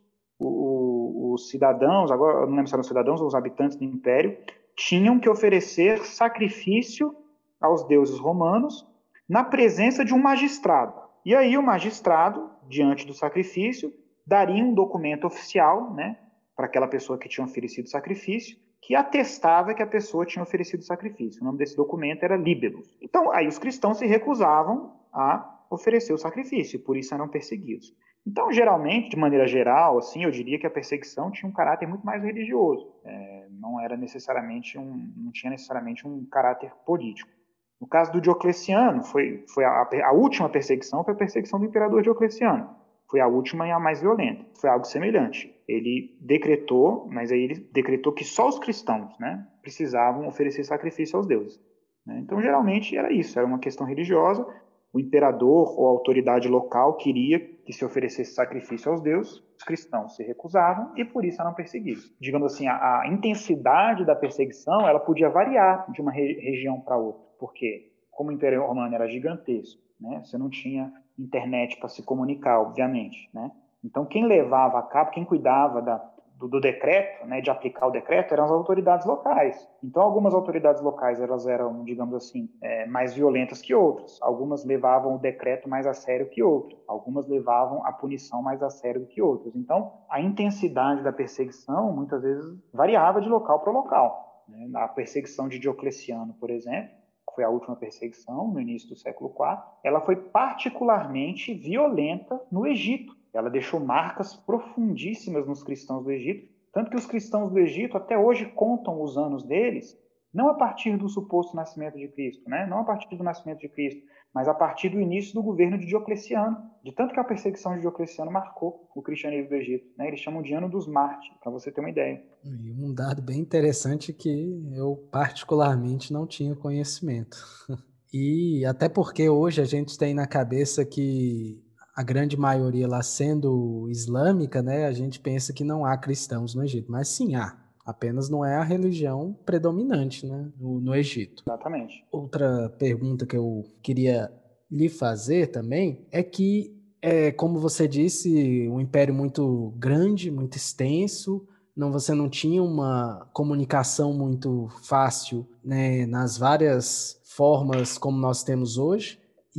os, os cidadãos, agora eu não lembro se eram cidadãos ou os habitantes do império, tinham que oferecer sacrifício aos deuses romanos na presença de um magistrado. E aí o magistrado, diante do sacrifício, daria um documento oficial, né, para aquela pessoa que tinha oferecido sacrifício, que atestava que a pessoa tinha oferecido sacrifício. O nome desse documento era Libellus. Então, aí os cristãos se recusavam a oferecer o sacrifício, por isso eram perseguidos. Então, geralmente, de maneira geral, assim, eu diria que a perseguição tinha um caráter muito mais religioso. É, não era necessariamente um, não tinha necessariamente um caráter político. No caso do Diocleciano, foi, foi a, a última perseguição foi a perseguição do imperador Diocleciano. Foi a última e a mais violenta. Foi algo semelhante. Ele decretou, mas aí ele decretou que só os cristãos, né, precisavam oferecer sacrifício aos deuses. Né? Então, geralmente, era isso. Era uma questão religiosa. O imperador ou a autoridade local queria que se oferecesse sacrifício aos deuses, os cristãos se recusavam e por isso eram perseguidos. Digamos assim, a, a intensidade da perseguição ela podia variar de uma re, região para outra, porque como o Império Romano era gigantesco, né, você não tinha internet para se comunicar, obviamente, né? Então quem levava a cabo, quem cuidava da Do, do decreto, né, de aplicar o decreto, eram as autoridades locais. Então, algumas autoridades locais elas eram, digamos assim, é, mais violentas que outras. Algumas levavam o decreto mais a sério que outras. Algumas levavam a punição mais a sério do que outras. Então, a intensidade da perseguição, muitas vezes, variava de local para local. Né? A perseguição de Diocleciano, por exemplo, que foi a última perseguição, no início do século quarto, ela foi particularmente violenta no Egito. Ela deixou marcas profundíssimas nos cristãos do Egito, tanto que os cristãos do Egito até hoje contam os anos deles, não a partir do suposto nascimento de Cristo, né? Não a partir do nascimento de Cristo, mas a partir do início do governo de Diocleciano, de tanto que a perseguição de Diocleciano marcou o cristianismo do Egito. Né? Eles chamam de Ano dos Mártires, para você ter uma ideia. E um dado bem interessante que eu particularmente não tinha conhecimento. E até porque hoje a gente tem na cabeça que a grande maioria lá sendo islâmica, né, a gente pensa que não há cristãos no Egito, mas sim há, apenas não é a religião predominante, né, no, no Egito. Exatamente. Outra pergunta que eu queria lhe fazer também é que, é, como você disse, um império muito grande, muito extenso, não, você não tinha uma comunicação muito fácil, né, nas várias formas como nós temos hoje.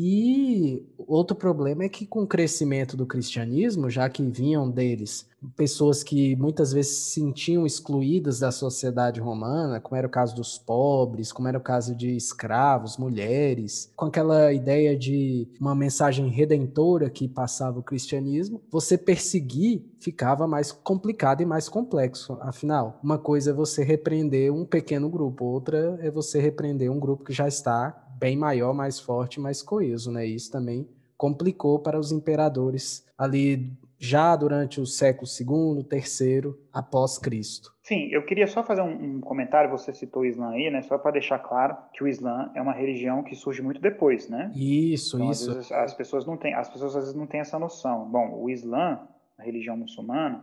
E outro problema é que com o crescimento do cristianismo, já que vinham deles pessoas que muitas vezes se sentiam excluídas da sociedade romana, como era o caso dos pobres, como era o caso de escravos, mulheres, com aquela ideia de uma mensagem redentora que passava o cristianismo, você perseguir ficava mais complicado e mais complexo. Afinal, uma coisa é você repreender um pequeno grupo, outra é você repreender um grupo que já está bem maior, mais forte, mais coeso, né? Isso também complicou para os imperadores ali já durante o século segundo, terceiro, após Cristo. Sim, eu queria só fazer um, um comentário, você citou o Islã aí, né? Só para deixar claro que o Islã é uma religião que surge muito depois, né? Isso, Então, às isso. vezes as pessoas não têm, as pessoas às vezes não têm essa noção. Bom, o Islã, a religião muçulmana,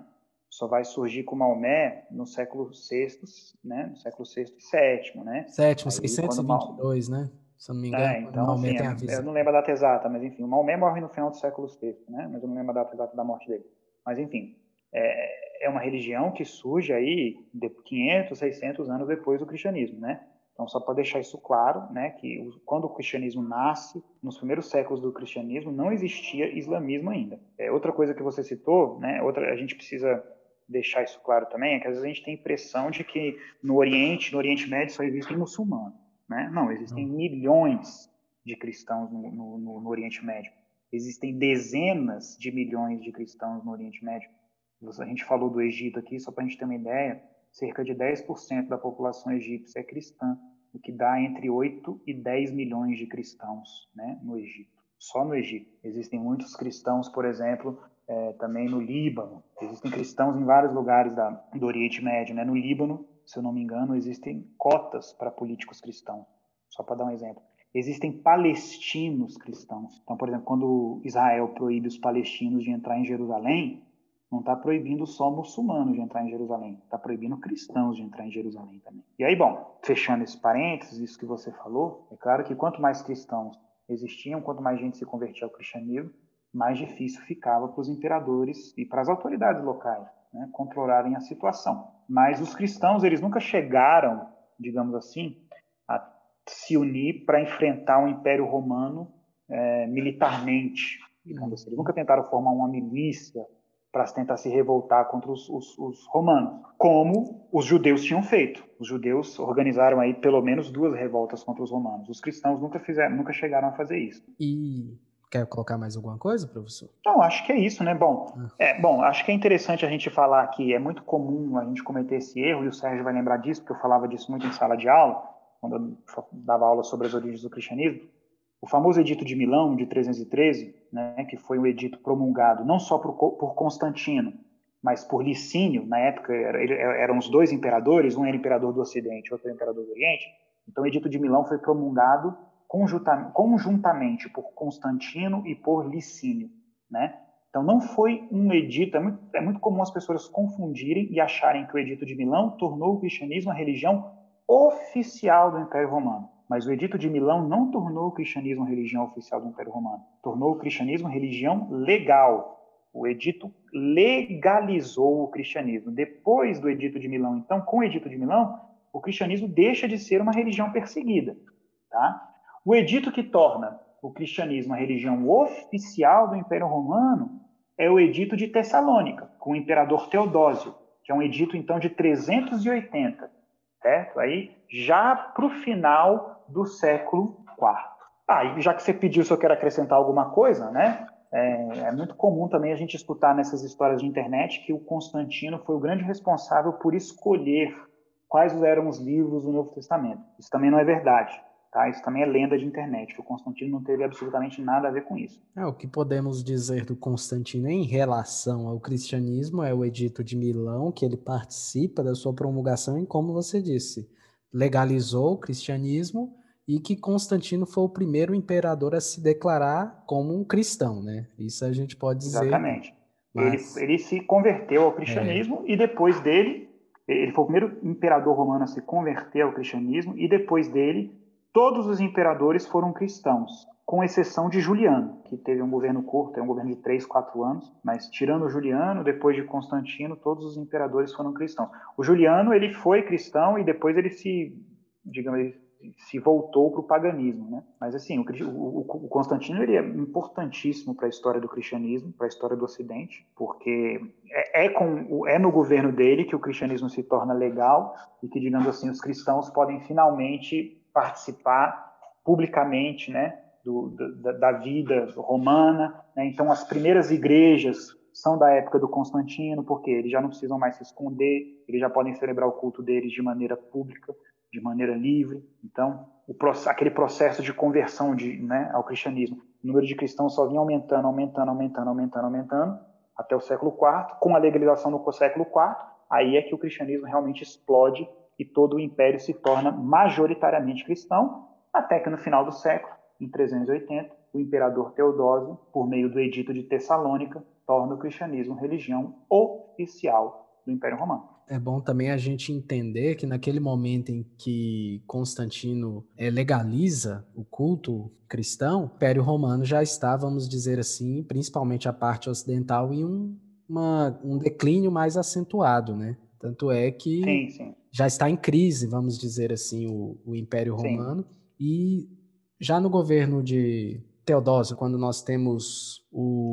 só vai surgir com Maomé no século sexto, né? No século sexto e sétimo, né? Sétimo, Aí, seiscentos e quando vinte e Mal... dois, né? Se eu não me engano, É, quando então, Maomé assim, tem a eu visão. não lembro a data exata, mas enfim, o Maomé morre no final do século sexto, né? Mas eu não lembro a data exata da morte dele. Mas enfim, é, é uma religião que surge aí de quinhentos, seiscentos anos depois do cristianismo, né? Então, só para deixar isso claro, né, que quando o cristianismo nasce, nos primeiros séculos do cristianismo, não existia islamismo ainda. É, outra coisa que você citou, né, outra, a gente precisa deixar isso claro também, é que às vezes a gente tem a impressão de que no Oriente, no Oriente Médio, só existem muçulmanos, né? Não, existem Não. milhões de cristãos no, no, no, no Oriente Médio. Existem dezenas de milhões de cristãos no Oriente Médio. A gente falou do Egito aqui, só para a gente ter uma ideia, cerca de dez por cento da população egípcia é cristã, o que dá entre oito e dez milhões de cristãos, né, no Egito. Só no Egito. Existem muitos cristãos, por exemplo, é, também no Líbano. Existem cristãos em vários lugares da, do Oriente Médio. Né? No Líbano, se eu não me engano, existem cotas para políticos cristãos. Só para dar um exemplo. Existem palestinos cristãos. Então, por exemplo, quando Israel proíbe os palestinos de entrar em Jerusalém, não está proibindo só muçulmanos de entrar em Jerusalém, está proibindo cristãos de entrar em Jerusalém também. E aí, bom, fechando esse parênteses, isso que você falou, é claro que quanto mais cristãos existiam, quanto mais gente se convertia ao cristianismo, mais difícil ficava para os imperadores e para as autoridades locais, né, controlarem a situação. Mas os cristãos, eles nunca chegaram, digamos assim, a se unir para enfrentar o Império Romano é, militarmente, digamos assim. Eles nunca tentaram formar uma milícia para tentar se revoltar contra os, os, os romanos, como os judeus tinham feito. Os judeus organizaram aí pelo menos duas revoltas contra os romanos. Os cristãos nunca fizeram, nunca chegaram a fazer isso. E quer colocar mais alguma coisa, professor? Não, acho que é isso, né? Bom, ah. é, bom, acho que é interessante a gente falar que é muito comum a gente cometer esse erro, e o Sérgio vai lembrar disso, porque eu falava disso muito em sala de aula, quando eu dava aula sobre as origens do cristianismo. O famoso Edito de Milão, de trezentos e treze, né, que foi um edito promulgado não só por, por Constantino, mas por Licínio. Na época eram os dois imperadores, um era imperador do Ocidente, outro era imperador do Oriente. Então o Edito de Milão foi promulgado conjuntamente por Constantino e por Licínio, né? Então não foi um edito, é muito, é muito comum as pessoas confundirem e acharem que o Edito de Milão tornou o cristianismo a religião oficial do Império Romano. Mas o Edito de Milão não tornou o cristianismo religião oficial do Império Romano. Tornou o cristianismo religião legal. O edito legalizou o cristianismo. Depois do Edito de Milão, então, com o Edito de Milão, o cristianismo deixa de ser uma religião perseguida. Tá? O edito que torna o cristianismo a religião oficial do Império Romano é o Edito de Tessalônica, com o imperador Teodósio, que é um edito, então, de trezentos e oitenta. Certo? Aí, já para o final do século quarto. Ah, e já que você pediu se eu quero acrescentar alguma coisa, né? É, é muito comum também a gente escutar nessas histórias de internet que o Constantino foi o grande responsável por escolher quais eram os livros do Novo Testamento. Isso também não é verdade. Tá? Isso também é lenda de internet. O Constantino não teve absolutamente nada a ver com isso. É, o que podemos dizer do Constantino em relação ao cristianismo é o Edito de Milão, que ele participa da sua promulgação e, como você disse, legalizou o cristianismo e que Constantino foi o primeiro imperador a se declarar como um cristão, né? Isso a gente pode dizer. Exatamente. Mas... Ele, ele se converteu ao cristianismo é. e depois dele, ele foi o primeiro imperador romano a se converter ao cristianismo e depois dele, todos os imperadores foram cristãos, com exceção de Juliano, que teve um governo curto, é um governo de três, quatro anos, mas tirando Juliano, depois de Constantino, todos os imperadores foram cristãos. O Juliano, ele foi cristão e depois ele se, digamos, ele se voltou para o paganismo, né? Mas assim, o, o, o Constantino ele é importantíssimo para a história do cristianismo, para a história do Ocidente, porque é, é, com, é no governo dele que o cristianismo se torna legal e que, digamos assim, os cristãos podem finalmente participar publicamente, né, do, da, da vida romana, né? Então as primeiras igrejas são da época do Constantino, porque eles já não precisam mais se esconder, eles já podem celebrar o culto deles de maneira pública, de maneira livre. Então o, aquele processo de conversão de, né, ao cristianismo, o número de cristãos só vinha aumentando, aumentando, aumentando, aumentando, aumentando, até o século quarto, com a legalização no século quarto, aí é que o cristianismo realmente explode e todo o império se torna majoritariamente cristão, até que no final do século, em trezentos e oitenta, o imperador Teodósio, por meio do Edito de Tessalônica, torna o cristianismo religião oficial do Império Romano. É bom também a gente entender que naquele momento em que Constantino é, legaliza o culto cristão, o Império Romano já está, vamos dizer assim, principalmente a parte ocidental, em um, uma, um declínio mais acentuado, né? Tanto é que sim, sim. já está em crise, vamos dizer assim, o, o Império Romano. Sim. E já no governo de Teodósio, quando nós temos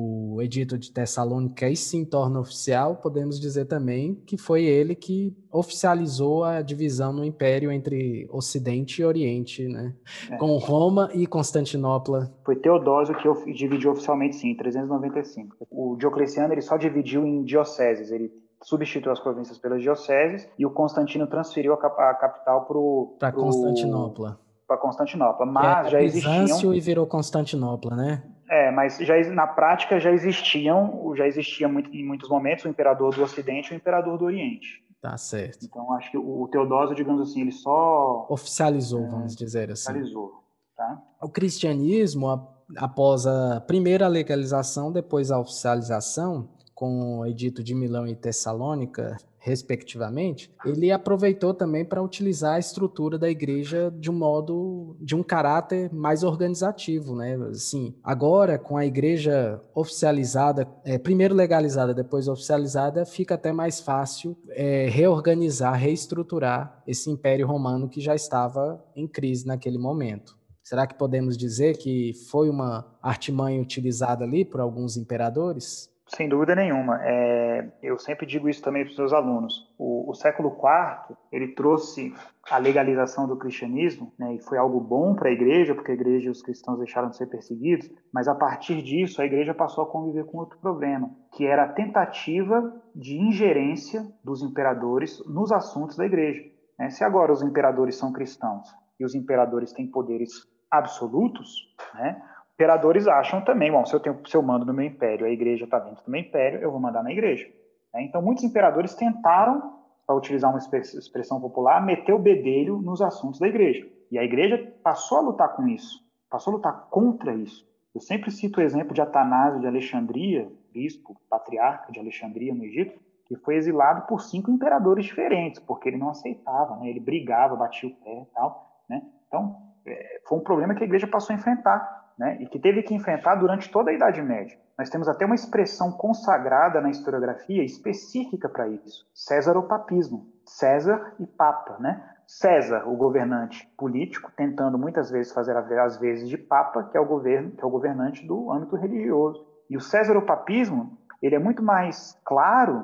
o Edito de Tessalônica, aí sim torna oficial, podemos dizer também que foi ele que oficializou a divisão no Império entre Ocidente e Oriente, né? É. Com Roma e Constantinopla. Foi Teodósio que dividiu oficialmente, sim, em trezentos e noventa e cinco. O Diocleciano ele só dividiu em dioceses, ele substituiu as províncias pelas dioceses e o Constantino transferiu a, cap a capital para Constantinopla. Para Constantinopla, mas já existiam... Bizâncio e virou Constantinopla, né? É, mas já, na prática já existiam, já existia muito, em muitos momentos o imperador do Ocidente e o imperador do Oriente. Tá certo. Então acho que o Teodósio, digamos assim, ele só... Oficializou, é, vamos dizer assim. Oficializou, tá? O cristianismo, após a primeira legalização, depois a oficialização, com o Edito de Milão e Tessalônica, respectivamente, ele aproveitou também para utilizar a estrutura da igreja de um modo, de um caráter mais organizativo, né? Assim, agora, com a igreja oficializada, é, primeiro legalizada, depois oficializada, fica até mais fácil é, reorganizar, reestruturar esse Império Romano que já estava em crise naquele momento. Será que podemos dizer que foi uma artimanha utilizada ali por alguns imperadores? Sem dúvida nenhuma. É, eu sempre digo isso também para os meus alunos. O, o século quarto, ele trouxe a legalização do cristianismo, né, e foi algo bom para a igreja, porque a igreja e os cristãos deixaram de ser perseguidos, mas a partir disso a igreja passou a conviver com outro problema, que era a tentativa de ingerência dos imperadores nos assuntos da igreja. Né? Se agora os imperadores são cristãos e os imperadores têm poderes absolutos, né? Imperadores acham também, bom, se eu, tenho, se eu mando no meu império, a igreja está dentro do meu império, eu vou mandar na igreja. Né? Então, muitos imperadores tentaram, para utilizar uma expressão popular, meter o bedelho nos assuntos da igreja. E a igreja passou a lutar com isso, passou a lutar contra isso. Eu sempre cito o exemplo de Atanásio de Alexandria, bispo, patriarca de Alexandria, no Egito, que foi exilado por cinco imperadores diferentes, porque ele não aceitava, né? Ele brigava, batia o pé e tal. Né? Então, é, foi um problema que a igreja passou a enfrentar. Né, e que teve que enfrentar durante toda a Idade Média. Nós temos até uma expressão consagrada na historiografia específica para isso, Césaropapismo, César e Papa. Né? César, o governante político, tentando muitas vezes fazer as vezes de Papa, que é o, governo, que é o governante do âmbito religioso. E o Césaropapismo ele é muito mais claro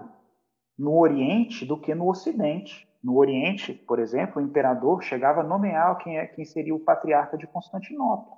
no Oriente do que no Ocidente. No Oriente, por exemplo, o imperador chegava a nomear quem, é, quem seria o patriarca de Constantinopla.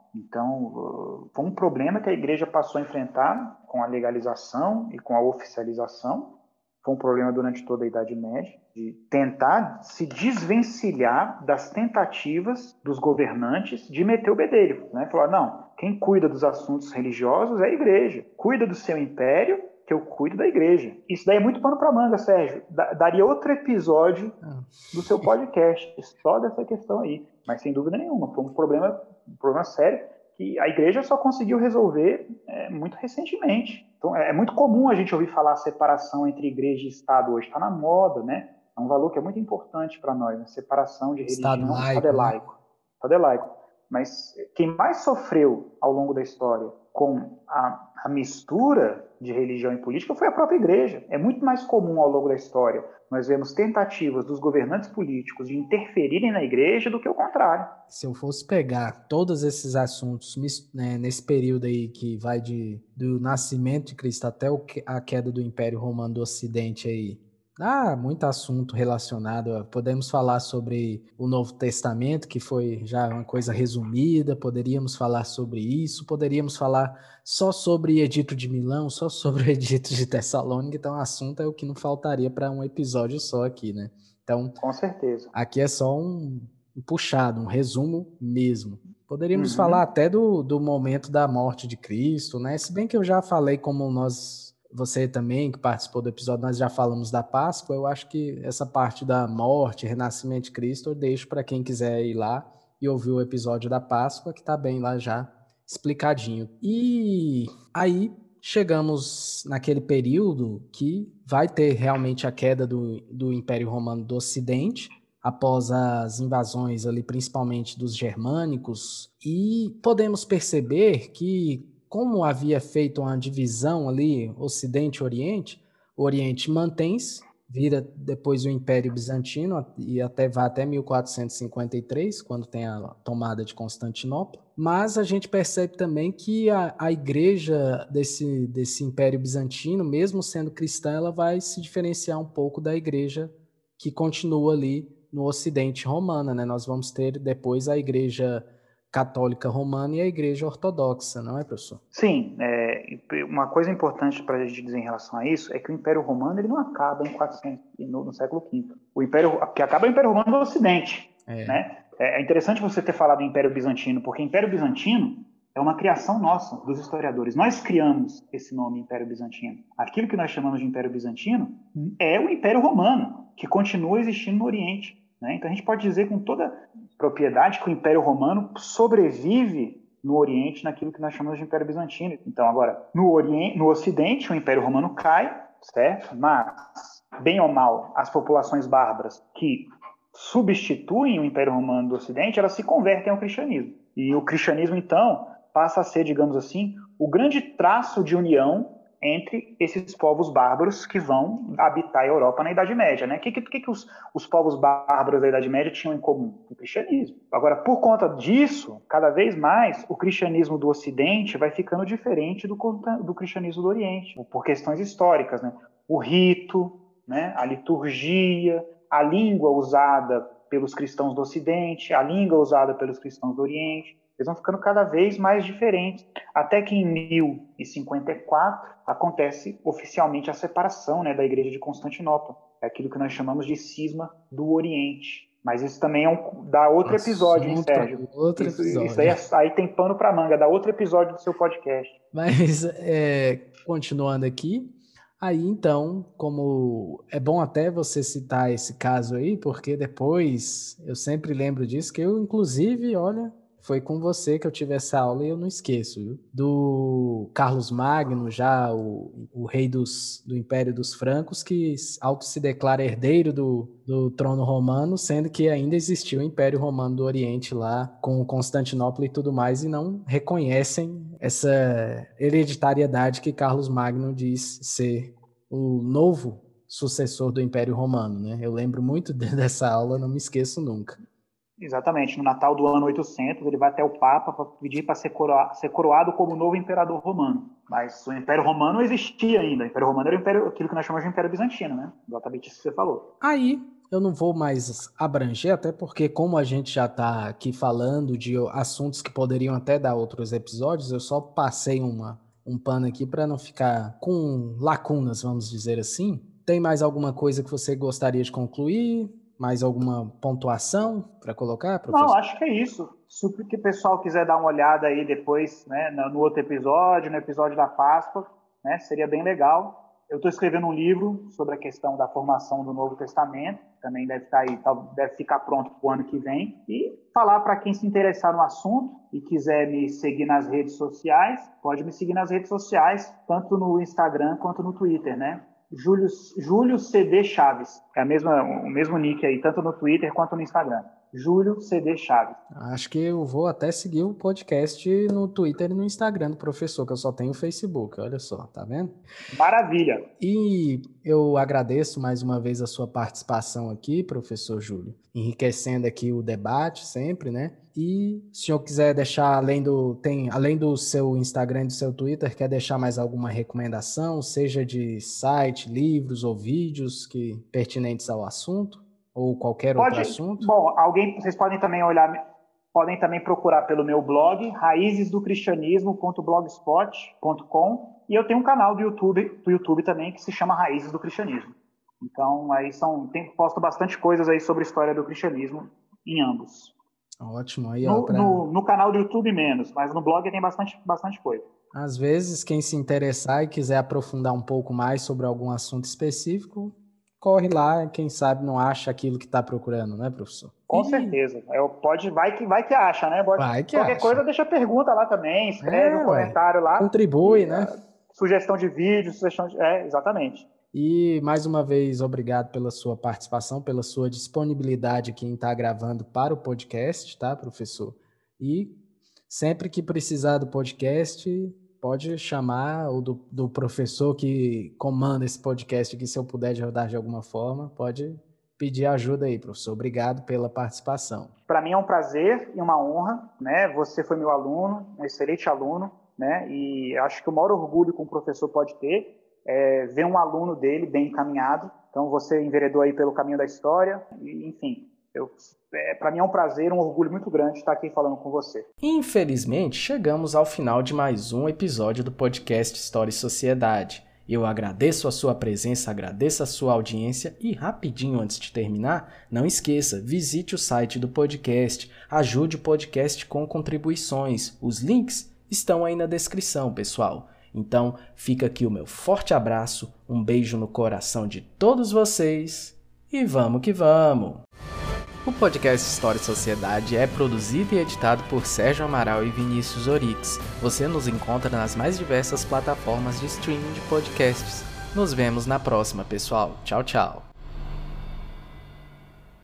Então, foi um problema que a igreja passou a enfrentar com a legalização e com a oficialização. Foi um problema durante toda a Idade Média, de tentar se desvencilhar das tentativas dos governantes de meter o bedelho. Né? Falar, não, quem cuida dos assuntos religiosos é a igreja. Cuida do seu império, que eu cuido da igreja. Isso daí é muito pano para manga, Sérgio. Daria outro episódio do seu podcast, só dessa questão aí. Mas sem dúvida nenhuma, foi um problema, um problema sério que a igreja só conseguiu resolver é, muito recentemente. Então é, é muito comum a gente ouvir falar a separação entre igreja e Estado hoje. Está na moda, né? É um valor que é muito importante para nós, a separação de religião. Estado laico. Estado é laico. Né? Estado é laico. Mas quem mais sofreu ao longo da história com a, a mistura de religião e política foi a própria igreja. É muito mais comum ao longo da história nós vemos tentativas dos governantes políticos de interferirem na igreja do que o contrário. Se eu fosse pegar todos esses assuntos né, nesse período aí que vai de, do nascimento de Cristo até o, a queda do Império Romano do Ocidente aí, ah, muito assunto relacionado. Podemos falar sobre o Novo Testamento, que foi já uma coisa resumida, poderíamos falar sobre isso, poderíamos falar só sobre Edito de Milão, só sobre o Edito de Tessalônica, então o assunto é o que não faltaria para um episódio só aqui, né? Então, com certeza. Aqui é só um, um puxado, um resumo mesmo. Poderíamos uhum. falar até do, do momento da morte de Cristo, né? Se bem que eu já falei como nós... Você também, que participou do episódio, nós já falamos da Páscoa. Eu acho que essa parte da morte, renascimento de Cristo, eu deixo para quem quiser ir lá e ouvir o episódio da Páscoa, que está bem lá já explicadinho. E aí chegamos naquele período que vai ter realmente a queda do, do Império Romano do Ocidente, após as invasões ali, principalmente dos germânicos, e podemos perceber que, como havia feito uma divisão ali, Ocidente e Oriente, o Oriente mantém-se, vira depois o Império Bizantino, e até vai até mil quatrocentos e cinquenta e três, quando tem a tomada de Constantinopla, mas a gente percebe também que a, a igreja desse, desse Império Bizantino, mesmo sendo cristã, ela vai se diferenciar um pouco da igreja que continua ali no Ocidente romana, né? Nós vamos ter depois a Igreja Católica Romana e a Igreja Ortodoxa, não é, professor? Sim, é, uma coisa importante para a gente dizer em relação a isso é que o Império Romano ele não acaba em quatrocentos, no, no século quinto. O Império, que acaba é o Império Romano do Ocidente. É. Né? É interessante você ter falado em Império Bizantino, porque Império Bizantino é uma criação nossa, dos historiadores. Nós criamos esse nome Império Bizantino. Aquilo que nós chamamos de Império Bizantino é o Império Romano, que continua existindo no Oriente. Né? Então a gente pode dizer com toda propriedade que o Império Romano sobrevive no Oriente naquilo que nós chamamos de Império Bizantino. Então agora, no, Oriente, no Ocidente, o Império Romano cai, certo? Mas, bem ou mal, as populações bárbaras que substituem o Império Romano do Ocidente, elas se convertem ao cristianismo. E o cristianismo, então, passa a ser, digamos assim, o grande traço de união entre esses povos bárbaros que vão habitar a Europa na Idade Média. Né? O que, que, que os, os povos bárbaros da Idade Média tinham em comum? O cristianismo. Agora, por conta disso, cada vez mais, o cristianismo do Ocidente vai ficando diferente do, do cristianismo do Oriente, por questões históricas. Né? O rito, né? A liturgia, a língua usada pelos cristãos do Ocidente, a língua usada pelos cristãos do Oriente. Eles vão ficando cada vez mais diferentes, até que em mil e cinquenta e quatro acontece oficialmente a separação, né, da Igreja de Constantinopla. É aquilo que nós chamamos de cisma do Oriente. Mas isso também é um, dá outro Assunto episódio, hein, Sérgio? Outro isso, episódio. Isso aí, é, aí tem pano para manga, dá outro episódio do seu podcast. Mas, é, continuando aqui, aí então, como é bom até você citar esse caso aí, porque depois eu sempre lembro disso, que eu, inclusive, olha... Foi com você que eu tive essa aula e eu não esqueço, viu? Do Carlos Magno, já o, o rei dos, do Império dos Francos, que auto se declara herdeiro do, do trono romano, sendo que ainda existiu o Império Romano do Oriente lá, com Constantinopla e tudo mais, e não reconhecem essa hereditariedade que Carlos Magno diz ser o novo sucessor do Império Romano, né? Eu lembro muito dessa aula, não me esqueço nunca. Exatamente, no Natal do ano oitocentos, ele vai até o Papa para pedir para ser, coroa, ser coroado como novo imperador romano. Mas o Império Romano não existia ainda. O Império Romano era o império, aquilo que nós chamamos de Império Bizantino, né? Exatamente isso que você falou. Aí, eu não vou mais abranger, até porque como a gente já está aqui falando de assuntos que poderiam até dar outros episódios, eu só passei uma, um pano aqui para não ficar com lacunas, vamos dizer assim. Tem mais alguma coisa que você gostaria de concluir? Mais alguma pontuação para colocar, professor? Não, acho que é isso. Se o pessoal quiser dar uma olhada aí depois, né, no outro episódio, no episódio da Páscoa, né, seria bem legal. Eu estou escrevendo um livro sobre a questão da formação do Novo Testamento, também deve estar aí, deve ficar pronto para o ano que vem. E falar para quem se interessar no assunto e quiser me seguir nas redes sociais, pode me seguir nas redes sociais, tanto no Instagram quanto no Twitter, né? Júlio, Júlio C D Chaves. É a mesma, o mesmo nick aí, tanto no Twitter quanto no Instagram. Júlio C D Chaves. Acho que eu vou até seguir o podcast no Twitter e no Instagram do professor, que eu só tenho o Facebook, olha só, tá vendo? Maravilha! E eu agradeço mais uma vez a sua participação aqui, professor Júlio, enriquecendo aqui o debate sempre, né? E se o senhor quiser deixar, além do, tem, além do seu Instagram e do seu Twitter, quer deixar mais alguma recomendação, seja de site, livros ou vídeos que, pertinentes ao assunto? Ou qualquer Pode, outro assunto? Bom, alguém, vocês podem também olhar, podem também procurar pelo meu blog, raízes do cristianismo ponto blogspot ponto com, e eu tenho um canal do YouTube, do YouTube também que se chama Raízes do Cristianismo. Então, aí são, tem, posto bastante coisas aí sobre a história do cristianismo em ambos. Ótimo. Aí, no, ó, pra... no, no canal do YouTube menos, mas no blog tem bastante, bastante coisa. Às vezes, quem se interessar e quiser aprofundar um pouco mais sobre algum assunto específico, corre lá, quem sabe não acha aquilo que está procurando, né, professor? Com E... certeza. Eu, pode, vai, que, vai que acha, né? Pode, vai que qualquer acha. coisa, deixa pergunta lá também, escreve É, um comentário ué. lá. Contribui, e, né? Sugestão de vídeo, sugestão de... É, exatamente. E, mais uma vez, obrigado pela sua participação, pela sua disponibilidade aqui em estar gravando para o podcast, tá, professor? E sempre que precisar do podcast, pode chamar o do, do professor que comanda esse podcast aqui, se eu puder ajudar de alguma forma, pode pedir ajuda aí, professor. Obrigado pela participação. Para mim é um prazer e uma honra, né? Você foi meu aluno, um excelente aluno, né? E acho que o maior orgulho que um professor pode ter é ver um aluno dele bem encaminhado. Então você enveredou aí pelo caminho da história, e, enfim, eu, é, para mim é um prazer, um orgulho muito grande estar aqui falando com você. Infelizmente, chegamos ao final de mais um episódio do podcast História e Sociedade. Eu agradeço a sua presença, agradeço a sua audiência e rapidinho antes de terminar, não esqueça, visite o site do podcast, ajude o podcast com contribuições. Os links estão aí na descrição, pessoal. Então, fica aqui o meu forte abraço, um beijo no coração de todos vocês e vamos que vamos! O podcast História e Sociedade é produzido e editado por Sérgio Amaral e Vinícius Orix. Você nos encontra nas mais diversas plataformas de streaming de podcasts. Nos vemos na próxima, pessoal. Tchau, tchau.